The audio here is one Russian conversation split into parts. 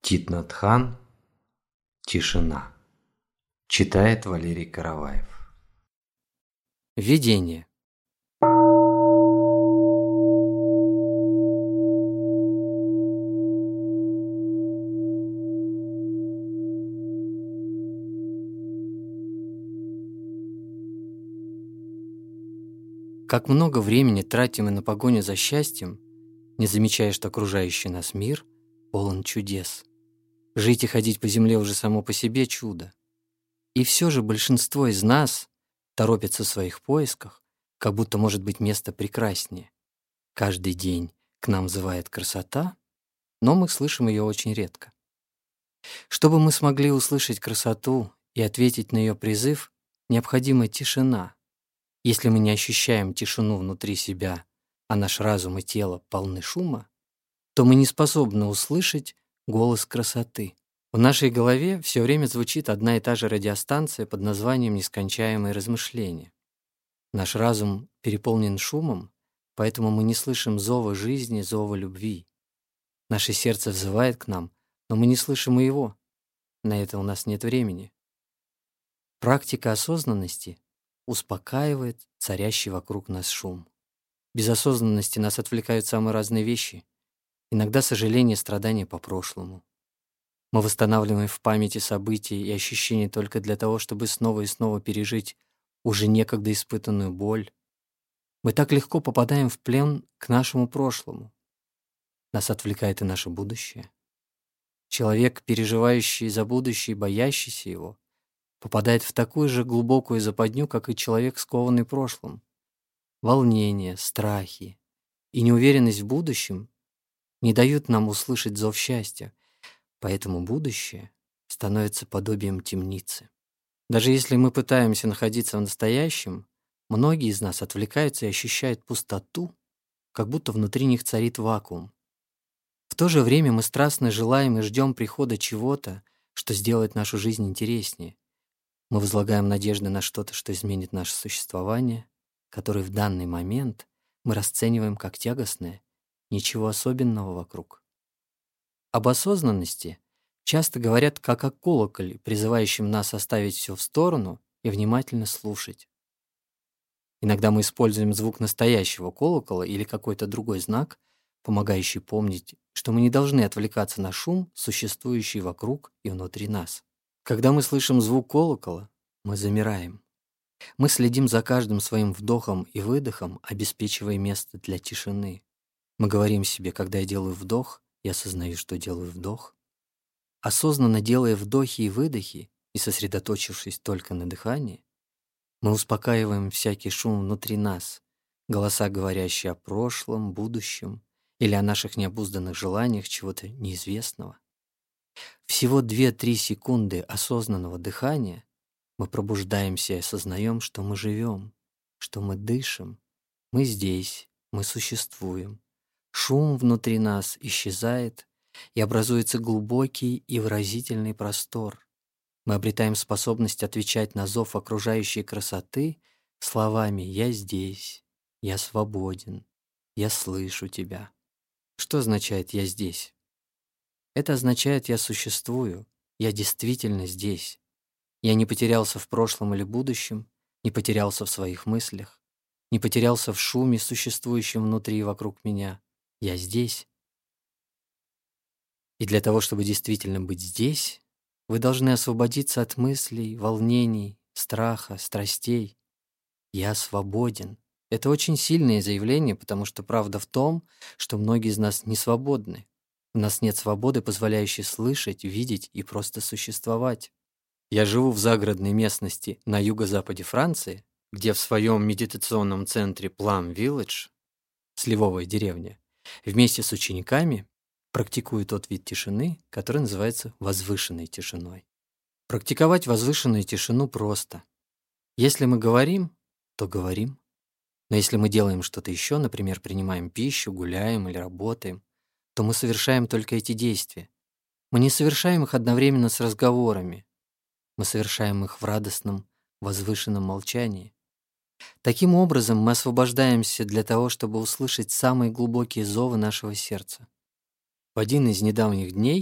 Тит Нат Хан. Тишина. Читает Валерий Караваев. Введение. Как много времени тратим мы на погоню за счастьем, не замечая, что окружающий нас мир полон чудес. Жить и ходить по земле уже само по себе чудо. И все же большинство из нас торопится в своих поисках, как будто может быть место прекраснее. Каждый день к нам взывает красота, но мы слышим ее очень редко. Чтобы мы смогли услышать красоту и ответить на ее призыв, необходима тишина. Если мы не ощущаем тишину внутри себя, а наш разум и тело полны шума, то мы не способны услышать голос красоты. В нашей голове все время звучит одна и та же радиостанция под названием «Нескончаемые размышления». Наш разум переполнен шумом, поэтому мы не слышим зова жизни, зова любви. Наше сердце взывает к нам, но мы не слышим и его. На это у нас нет времени. Практика осознанности успокаивает царящий вокруг нас шум. Без осознанности нас отвлекают самые разные вещи. Иногда сожаление, страдания по прошлому. Мы восстанавливаем в памяти события и ощущения только для того, чтобы снова и снова пережить уже некогда испытанную боль. Мы так легко попадаем в плен к нашему прошлому. Нас отвлекает и наше будущее. Человек, переживающий за будущее и боящийся его, попадает в такую же глубокую западню, как и человек, скованный прошлым. Волнение, страхи и неуверенность в будущем не дают нам услышать зов счастья, поэтому будущее становится подобием темницы. Даже если мы пытаемся находиться в настоящем, многие из нас отвлекаются и ощущают пустоту, как будто внутри них царит вакуум. В то же время мы страстно желаем и ждем прихода чего-то, что сделает нашу жизнь интереснее. Мы возлагаем надежды на что-то, что изменит наше существование, которое в данный момент мы расцениваем как тягостное, ничего особенного вокруг. Об осознанности часто говорят как о колоколе, призывающем нас оставить все в сторону и внимательно слушать. Иногда мы используем звук настоящего колокола или какой-то другой знак, помогающий помнить, что мы не должны отвлекаться на шум, существующий вокруг и внутри нас. Когда мы слышим звук колокола, мы замираем. Мы следим за каждым своим вдохом и выдохом, обеспечивая место для тишины. Мы говорим себе, когда я делаю вдох, я осознаю, что делаю вдох. Осознанно делая вдохи и выдохи и сосредоточившись только на дыхании, мы успокаиваем всякий шум внутри нас, голоса, говорящие о прошлом, будущем или о наших необузданных желаниях чего-то неизвестного. Всего 2-3 секунды осознанного дыхания мы пробуждаемся и осознаем, что мы живем, что мы дышим, мы здесь, мы существуем. Шум внутри нас исчезает, и образуется глубокий и выразительный простор. Мы обретаем способность отвечать на зов окружающей красоты словами «Я здесь», «Я свободен», «Я слышу тебя». Что означает «Я здесь»? Это означает «Я существую», «Я действительно здесь». Я не потерялся в прошлом или будущем, не потерялся в своих мыслях, не потерялся в шуме, существующем внутри и вокруг меня. Я здесь. И для того, чтобы действительно быть здесь, вы должны освободиться от мыслей, волнений, страха, страстей. Я свободен. Это очень сильное заявление, потому что правда в том, что многие из нас не свободны. У нас нет свободы, позволяющей слышать, видеть и просто существовать. Я живу в загородной местности на юго-западе Франции, где в своем медитационном центре Plum Village, сливовая деревня, вместе с учениками практикую тот вид тишины, который называется возвышенной тишиной. Практиковать возвышенную тишину просто. Если мы говорим, то говорим. Но если мы делаем что-то еще, например, принимаем пищу, гуляем или работаем, то мы совершаем только эти действия. Мы не совершаем их одновременно с разговорами. Мы совершаем их в радостном, возвышенном молчании. Таким образом, мы освобождаемся для того, чтобы услышать самые глубокие зовы нашего сердца. В один из недавних дней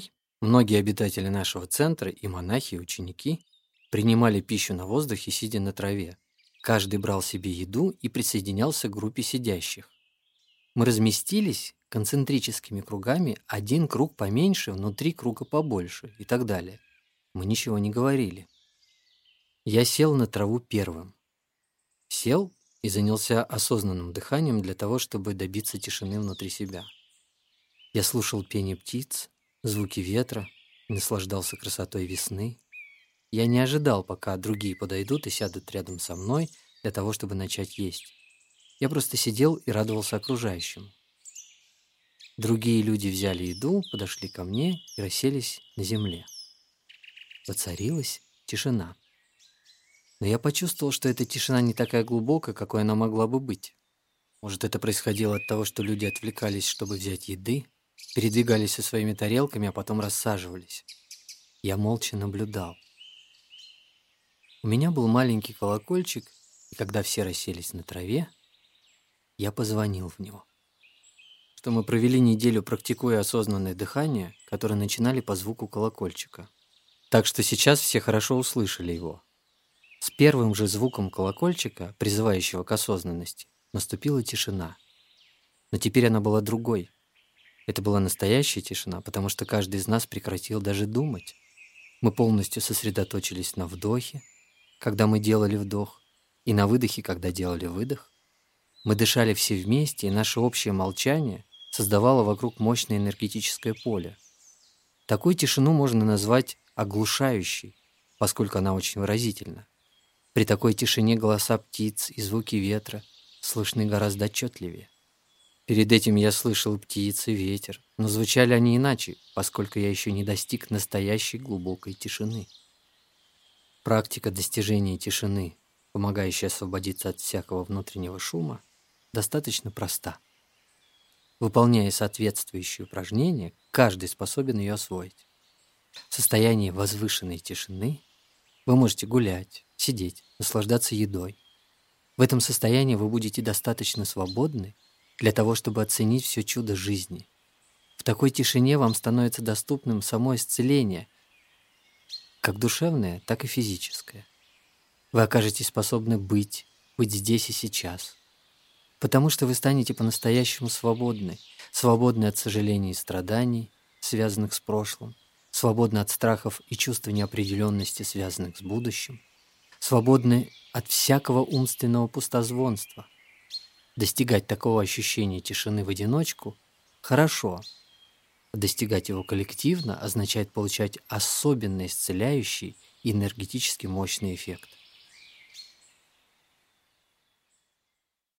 Многие обитатели нашего центра, и монахи, и ученики, принимали пищу на воздухе, сидя на траве. Каждый брал себе еду и присоединялся к группе сидящих. Мы разместились концентрическими кругами, один круг поменьше, внутри круга побольше и так далее. Мы ничего не говорили. Я сел на траву первым. Сел и занялся осознанным дыханием для того, чтобы добиться тишины внутри себя. Я слушал пение птиц, звуки ветра и наслаждался красотой весны. Я не ожидал, пока другие подойдут и сядут рядом со мной для того, чтобы начать есть. Я просто сидел и радовался окружающему. Другие люди взяли еду, подошли ко мне и расселись на земле. Воцарилась тишина. Но я почувствовал, что эта тишина не такая глубокая, какой она могла бы быть. Может, это происходило от того, что люди отвлекались, чтобы взять еды, передвигались со своими тарелками, а потом рассаживались. Я молча наблюдал. У меня был маленький колокольчик, и когда все расселись на траве, я позвонил в него. Что мы провели неделю, практикуя осознанное дыхание, которое начинали по звуку колокольчика. Так что сейчас все хорошо услышали его. С первым же звуком колокольчика, призывающего к осознанности, наступила тишина. Но теперь она была другой. Это была настоящая тишина, потому что каждый из нас прекратил даже думать. Мы полностью сосредоточились на вдохе, когда мы делали вдох, и на выдохе, когда делали выдох. Мы дышали все вместе, и наше общее молчание создавало вокруг мощное энергетическое поле. Такую тишину можно назвать оглушающей, поскольку она очень выразительна. При такой тишине голоса птиц и звуки ветра слышны гораздо отчетливее. Перед этим я слышал птиц и ветер, но звучали они иначе, поскольку я еще не достиг настоящей глубокой тишины. Практика достижения тишины, помогающая освободиться от всякого внутреннего шума, достаточно проста. Выполняя соответствующие упражнения, каждый способен ее освоить. В состоянии возвышенной тишины вы можете гулять, сидеть, наслаждаться едой. В этом состоянии вы будете достаточно свободны для того, чтобы оценить все чудо жизни. В такой тишине вам становится доступным само исцеление, как душевное, так и физическое. Вы окажетесь способны быть здесь и сейчас, потому что вы станете по-настоящему свободны, свободны от сожалений и страданий, связанных с прошлым, свободны от страхов и чувства неопределенности, связанных с будущим, свободны от всякого умственного пустозвонства. Достигать такого ощущения тишины в одиночку хорошо. Достигать его коллективно означает получать особенно исцеляющий и энергетически мощный эффект.